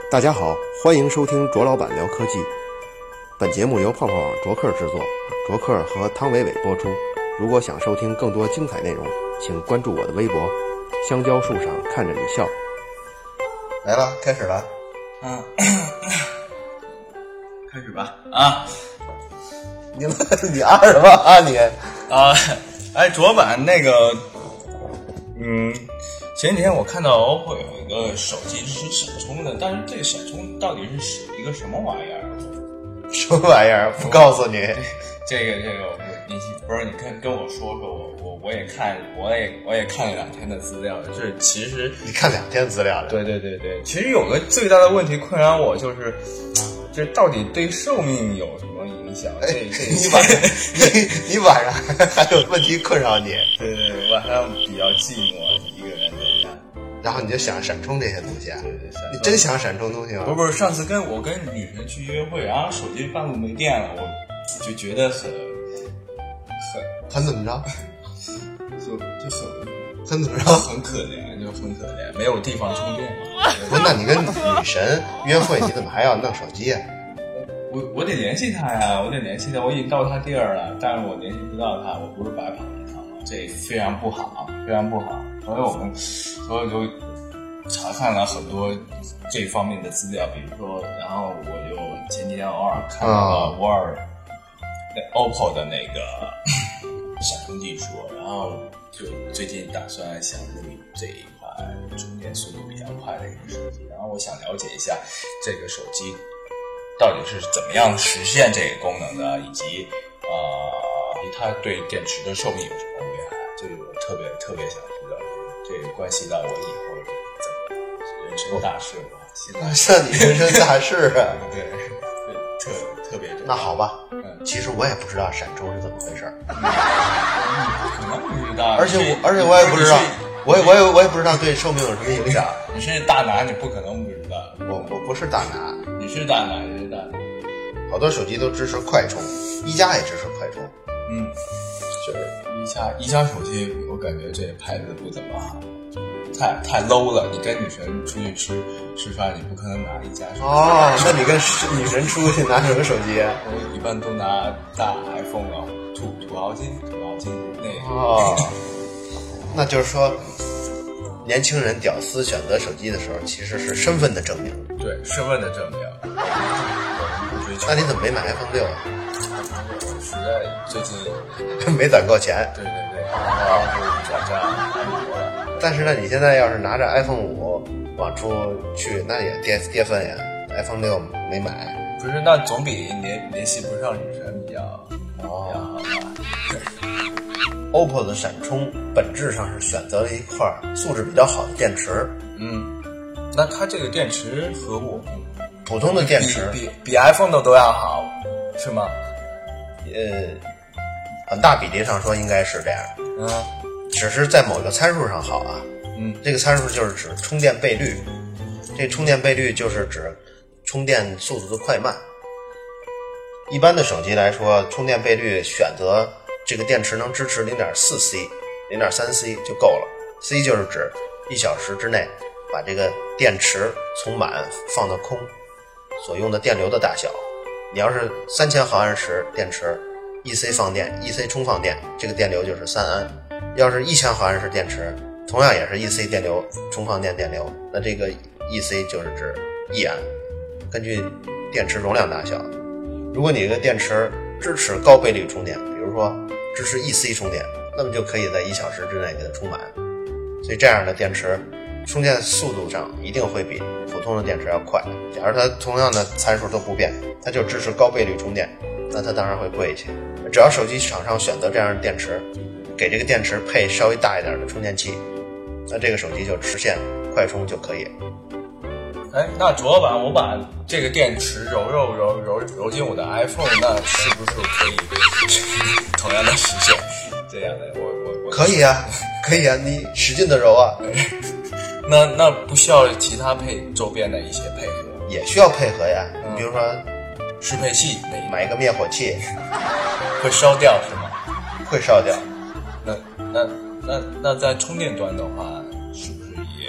大家好，欢迎收听卓老板聊科技。本节目由泡泡网卓克制作，卓克和汤伟伟播出。如果想收听更多精彩内容，请关注我的微博香蕉树上看着你笑。来了，开始了。 开始吧。 你二了吧你？ 卓版那个，前几天我看到 OPPO 有一个手机是闪充的，但是这个闪充到底是一个什么玩意儿？ 什么玩意儿？不告诉你。 这个，你不是你跟我说，我也看了2天的资料，就是其实你看2天资料了？ 对，其实有个最大的问题困扰我，就是这到底对寿命有什么影响？ 你晚上还有问题困扰你？ 对，晚上比较寂寞，一个人在家。 然后你就想闪充这些东西啊？ 对， 你真想闪充东西吗？ 不是，上次我跟女神去约会，然后手机半路没电了，我就觉得很怎么着？ 就很怎么着？ 很可怜，就很可怜，没有地方充电嘛。 不是，那你跟女神约会，你怎么还要弄手机啊？ 我得联系她呀，我已经到她地儿了，但是我联系不到她，我不是白跑一趟吗？这非常不好。所以就查看了很多这方面的资料，比如说，然后我就前几天偶尔看到了OPPO 的那个闪充技术，然后就最近打算想入这一款充电速度比较快的一个手机，然后我想了解一下这个手机到底是怎么样实现这个功能的，以及它对电池的寿命有什么危害，这个我特别想知道，这个关系到我以后人生大事吧。 像你人生大事啊？ 对，特别重要。 那好吧，其实我也不知道闪充是怎么回事。 可能不知道， 而且我也不知道，我也不知道对寿命有什么影响。 你是大拿，你不可能不知道。 我不是大拿， 你是大拿。 好多手机都支持快充，一加也支持快充。 就是一加手机，我感觉这牌子不怎么好，太 low 了。你跟女神出去吃饭，你不可能拿一加手机。 那你跟女神出去拿什么手机啊？ 我一般都拿大 iPhone 啊，土豪金那个。 那就是说，年轻人屌丝选择手机的时候，其实是身份的证明。 对，身份的证明。 那你怎么没买 iPhone 6啊？ 实在最近没攒够钱。 对，然后就转战安卓了。 但是呢，你现在要是拿着 iPhone 5往出去，那也跌份呀。iPhone 6没买， 不是，那总比联系不上女神比较好吧 ？OPPO 的闪充本质上是选择了一块素质比较好的电池。 那它这个电池和我普通的电池比 iPhone 都要好，是吗？ 很大比例上说应该是这样。只是在某个参数上好啊。这个参数就是指充电倍率。这充电倍率就是指充电速度的快慢。一般的手机来说，充电倍率选择这个电池能支持 0.4C、0.3C 就够了。C 就是指1小时之内把这个电池从满放到空所用的电流的大小。你要是3000毫安时电池 1C 放电 1C 充放电，这个电流就是3安。要是1000毫安时电池，同样也是 1C 电流充放电电流，那这个 1C 就是指1安。根据电池容量大小，如果你这个电池支持高倍率充电，比如说支持 1C 充电，那么就可以在1小时之内给它充满。所以这样的电池充电速度上一定会比普通的电池要快。假如它同样的参数都不变，它就支持高倍率充电，那它当然会贵一些。只要手机厂商选择这样的电池，给这个电池配稍微大一点的充电器，那这个手机就实现快充就可以。 那卓版我把这个电池揉进我的 iPhone， 那是不是可以同样的实现这样的？我可以啊，你使劲的揉啊。 那不需要其他周边的一些配合？ 也需要配合呀。比如说适配器， 买一个灭火器。 会烧掉是吗？ 会烧掉。 那在充电端的话，是不是也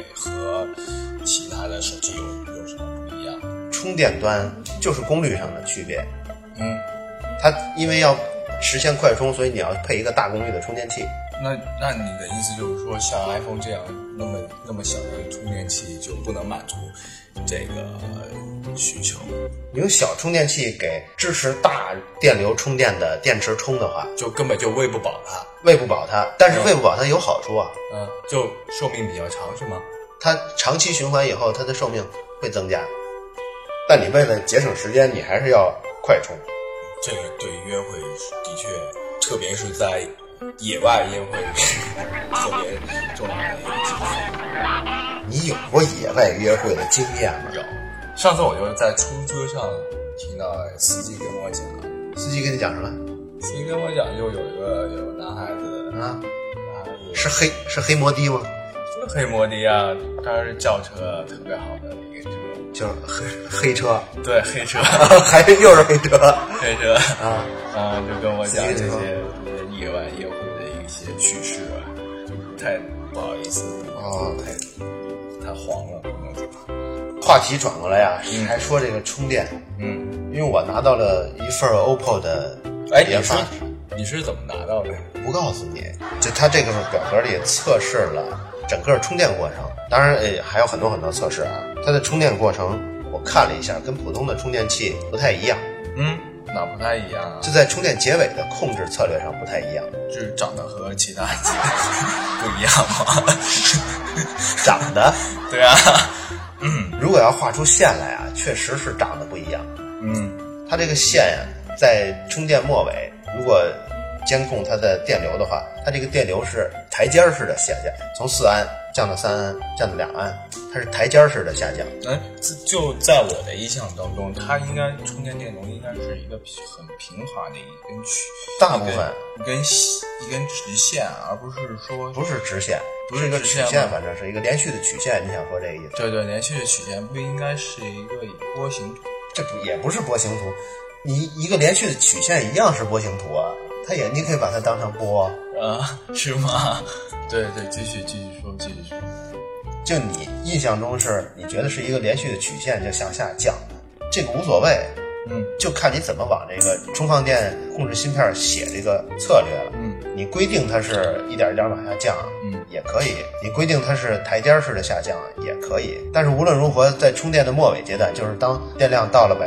和其他的手机有什么不一样？ 充电端就是功率上的区别。它因为要实现快充，所以你要配一个大功率的充电器。 那你的意思就是说，像 iPhone 这样那么小的充电器就不能满足这个需求？ 你用小充电器给支持大电流充电的电池充的话， 就根本就喂不饱它。 但是喂不饱它有好处啊。 就寿命比较长是吗？ 它长期循环以后，它的寿命会增加。但你为了节省时间，你还是要快充。 这个对于约会的确，特别是在野外约会特别重要的一个技术。 你有过野外约会的经验吗？ 有。上次我就在出租车上听到司机跟我讲。 司机跟你讲什么？ 司机跟我讲，就有男孩子啊，是黑摩的吗？ 是黑摩的啊，当然是轿车特别好的一个车， 就是黑车。 对，黑车， 又是黑车， 黑车就跟我讲这些野外约会的一些趣事啊，太不好意思太黄了，不能说。 话题转过来呀，还说这个充电。因为我拿到了一份 OPPO 的研发。 你是怎么拿到的？ 不告诉你，就它这个表格里测试了整个充电过程，当然还有很多很多测试啊。它的充电过程我看了一下，跟普通的充电器不太一样。 哪不太一样啊？ 就在充电结尾的控制策略上不太一样。 就是长得和其他不一样吗？ 长得？ 对啊。 如果要画出线来啊，确实是长得不一样。它这个线呀，在充电末尾，如果监控它的电流的话，它这个电流是台阶式的下降，从4安降到3安，降到2安，它是台阶式的下降。 就在我的印象当中，它应该充电电容应该是一个很平滑的一根大部分一根直线，而不是说不是直线，不是一个曲线，反正是一个连续的曲线。你想说这个意思？ 对，连续的曲线不应该是一个波形图？ 这也不是波形图，你一个连续的曲线一样是波形图啊。你可以把它当成波是吗？对，继续说。 就你印象中你觉得是一个连续的曲线就向下降，这个无所谓。就看你怎么往这个充放电控制芯片写这个策略了。你规定它是一点一点往下降，也可以；你规定它是台阶式的下降，也可以。但是无论如何，在充电的末尾阶段，就是当电量到了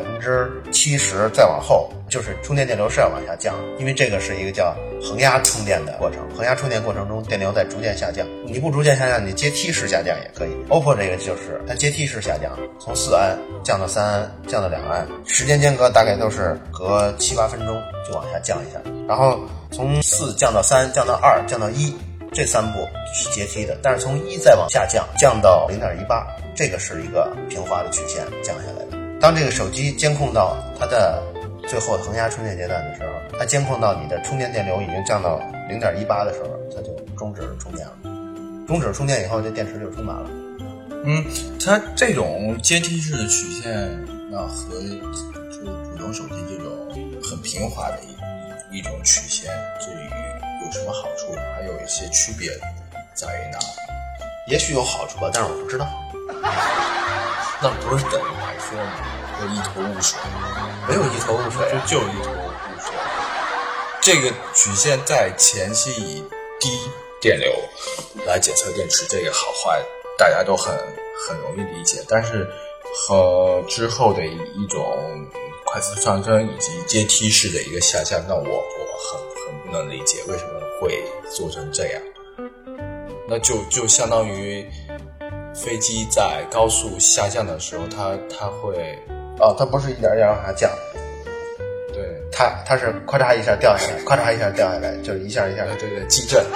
70%再往后，就是充电电流是要往下降，因为这个是一个叫恒压充电的过程。恒压充电过程中，电流在逐渐下降。你不逐渐下降，你阶梯式下降也可以。OPPO 这个就是它阶梯式下降，从4安降到3安，降到2安，时间间隔大概都是隔7-8分钟就往下降一下，然后从4降到3，降到2，降到1，这3步是阶梯的。但是从1再往下降，降到 0.18， 这个是一个平滑的曲线降下来的。当这个手机监控到它的最后的恒压充电阶段的时候，它监控到你的充电电流已经降到 0.18 的时候，它就终止充电了。终止充电以后，这电池就充满了。 它这种阶梯式的曲线和就是普通手机这种很平滑的一种曲线，至于有什么好处，还有一些区别在于哪？ 也许有好处吧，但是我不知道。 那不是等于来说吗？就一头雾水。 没有一头雾水， 就一头雾水。这个曲线在前期以低电流来检测电池，这个好坏大家都很容易理解，但是和之后的一种快速上升以及阶梯式的一个下降，那我很不能理解为什么会做成这样。那就相当于飞机在高速下降的时候，它会它不是一点一点往下降， 对， 它是咔嚓一下掉下来，咔嚓一下掉下来，就是一下一下， 对，激震，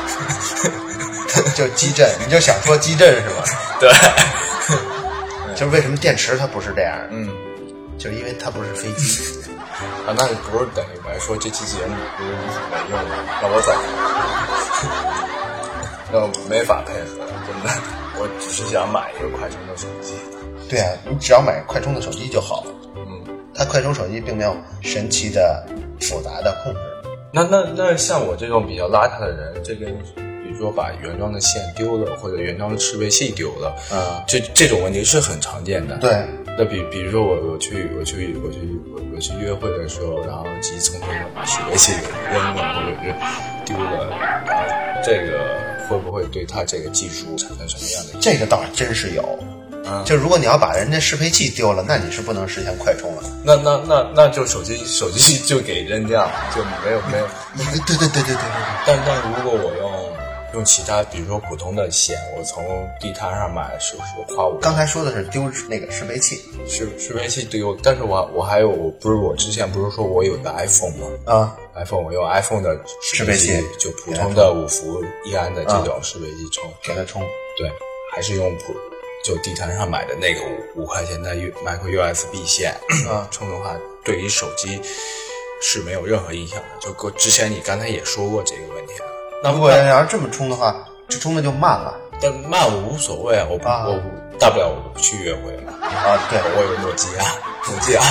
就激震，你就想说激震是吧？ 对， 就是为什么电池它不是这样？就是因为它不是飞机。 那你不是等于来说这期节目不是你没用的，让我走，那我没法配合，真的，我只是想买一个快充的手机。 对啊，你只要买快充的手机就好。它快充手机并没有神奇的复杂的控制。 那像我这种比较邋遢的人，这跟比如如说把原装的线丢了，或者原装的适配器丢了，这种问题是很常见的。 对， 那比如说我去约会的时候，然后急匆匆的把适配器扔了或者是丢了，这个会不会对他这个技术产生什么样的影响？ 这个倒真是有。就如果你要把人家适配器丢了，那你是不能实现快充了。 那就手机就给扔掉，就没有。 对。 但如果我用其他，比如说普通的线，我从地摊上买是花5。 刚才说的是丢那个适配器， 适配器丢，但是我还有，我之前不是说我有个 iPhone 吗？iPhone 我用 iPhone 的适配器， 就普通的5伏1安的这种适配器充， 给它充。 对，还是用就地摊上买的那个5块钱的micro USB 线充的话，对于手机是没有任何影响的。就之前你刚才也说过这个问题了。 那如果要是这么充的话，这充的就慢了。 但慢我无所谓啊，我大不了我不去约会了对， 我有诺基亚，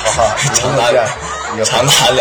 长达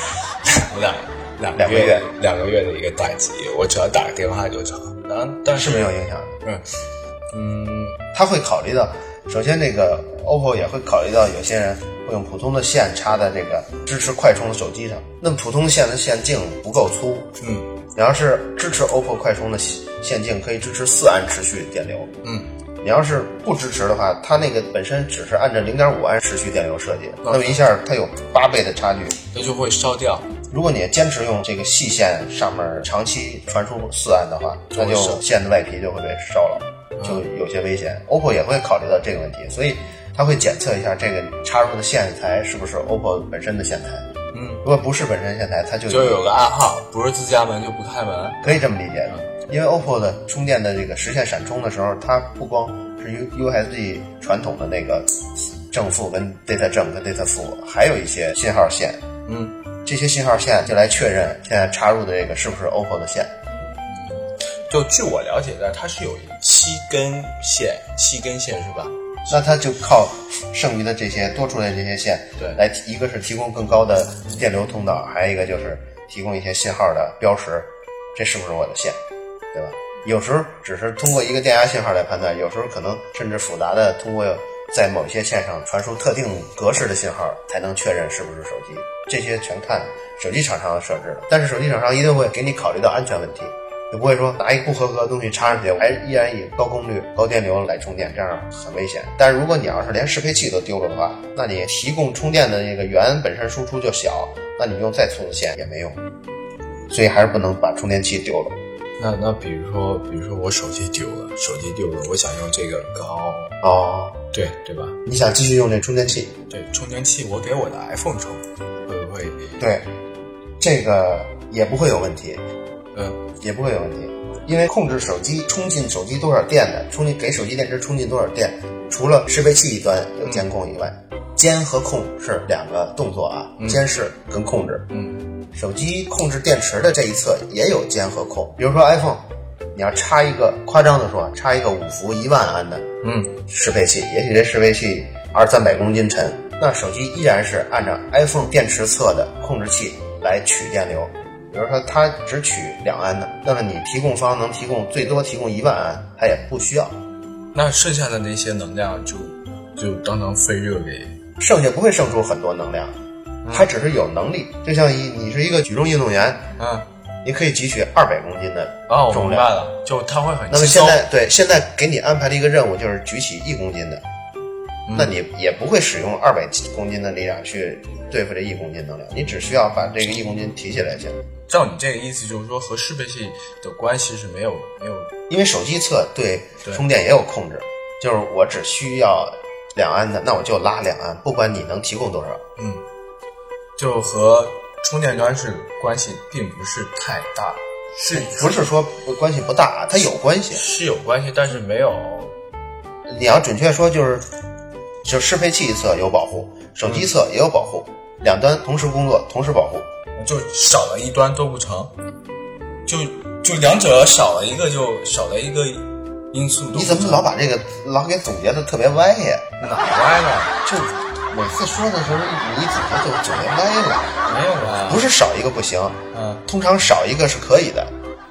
两个月的一个待机，我只要打个电话就成。但是没有影响。他会考虑到，首先这个 OPPO 也会考虑到有些人会用普通的线插在这个支持快充的手机上，那么普通线的线径不够粗，你要是支持 OPPO 快充的线径可以支持4安持续电流，你要是不支持的话，它那个本身只是按照 0.5 安持续电流设计，那么一下它有8倍的差距， 它就会烧掉。 如果你坚持用这个细线上面长期传输4安的话，那就线的外皮就会被烧了，就有些危险。OPPO 也会考虑到这个问题，所以它会检测一下这个插入的线材是不是 OPPO 本身的线材。如果不是本身线材，它就有个暗号，不是自家门就不开门， 可以这么理解。因为 OPPO 的充电的这个实现闪充的时候，它不光是 USB 传统的那个正负跟 data 正跟 data 负，还有一些信号线。这些信号线就来确认现在插入的这个是不是 OPPO 的线。 就据我了解的，它是有7根线是吧？ 那它就靠剩余的这些多出来的这些线， 对， 来一个是提供更高的电流通道，还有一个就是提供一些信号的标识，这是不是我的线，对吧？有时候只是通过一个电压信号来判断，有时候可能甚至复杂的通过在某些线上传输特定格式的信号才能确认是不是手机，这些全看手机厂商设置的。但是手机厂商一定会给你考虑到安全问题，就不会说拿一个不合格的东西插上去，我还依然以高功率高电流来充电，这样很危险。但是如果你要是连适配器都丢了的话，那你提供充电的那个源本身输出就小，那你用再粗的线也没用，所以还是不能把充电器丢了。 那比如说我手机丢了，我想用这个高对吧？ 你想继续用这充电器？ 对，充电器我给我的 iPhone 充，会不会？ 对，这个也不会有问题，也不会有问题，因为控制手机充进手机多少电的，给手机电池充进多少电，除了适配器一端有监控以外，监和控是两个动作啊，监视跟控制。手机控制电池的这一侧也有监和控，比如说 iPhone， 你要插一个，夸张的说，插一个5伏1万安的适配器，也许这适配器200-300公斤沉，那手机依然是按照 iPhone 电池侧的控制器来取电流。比如说它只取2安的，那么你提供方能最多提供1万安，它也不需要。 那剩下的那些能量就当废热给， 剩下不会剩出很多能量。它只是有能力，就像你是一个举重运动员，你可以举起200公斤的重量。 我明白了，就它会很轻松。 那么现在给你安排了一个任务，就是举起1公斤的，那你也不会使用200公斤的力量去对付这1公斤能量，你只需要把这个1公斤提起来就行。 照你这个意思，就是说和适配器的关系是没有， 因为手机侧对充电也有控制，就是我只需要2安的，那我就拉2安，不管你能提供多少。 就和充电端是关系并不是太大， 不是说关系不大，它有关系， 是有关系，但是没有。 你要准确说，就适配器侧有保护，手机侧也有保护，两端同时工作，同时保护， 就少了一端都不成，就两者少了一个就少了一个因素。 你怎么老把这个老给总结的特别歪呀？ 哪歪了？ 就每次说的时候，你总结就歪了。 没有啊， 不是少一个不行，通常少一个是可以的。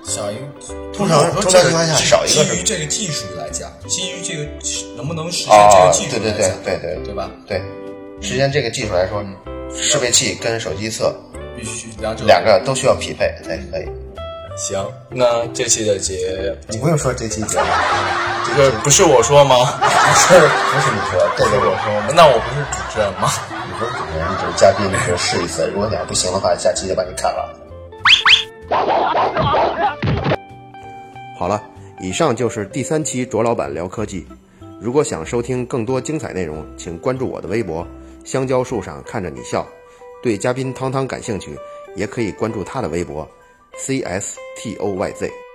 少一个。 通常情况下少一个。 基于这个技术来讲，基于这个能不能实现这个技术来讲，对吧？ 对，实现这个技术来说，适配器跟手机侧必须两个都需要匹配才可以。 行，那这期的节你不用说这期节目， 这个不是我说吗？ 不是你说， 这个我说吗？那我不是主持人吗？ 你不是主持人，你就是嘉宾，你就试一次。如果你要不行的话，下期就把你砍了。 好了，以上就是第3期卓老板聊科技。如果想收听更多精彩内容，请关注我的微博香蕉树上看着你笑。对嘉宾汤汤感兴趣，也可以关注他的微博CSTOYZ。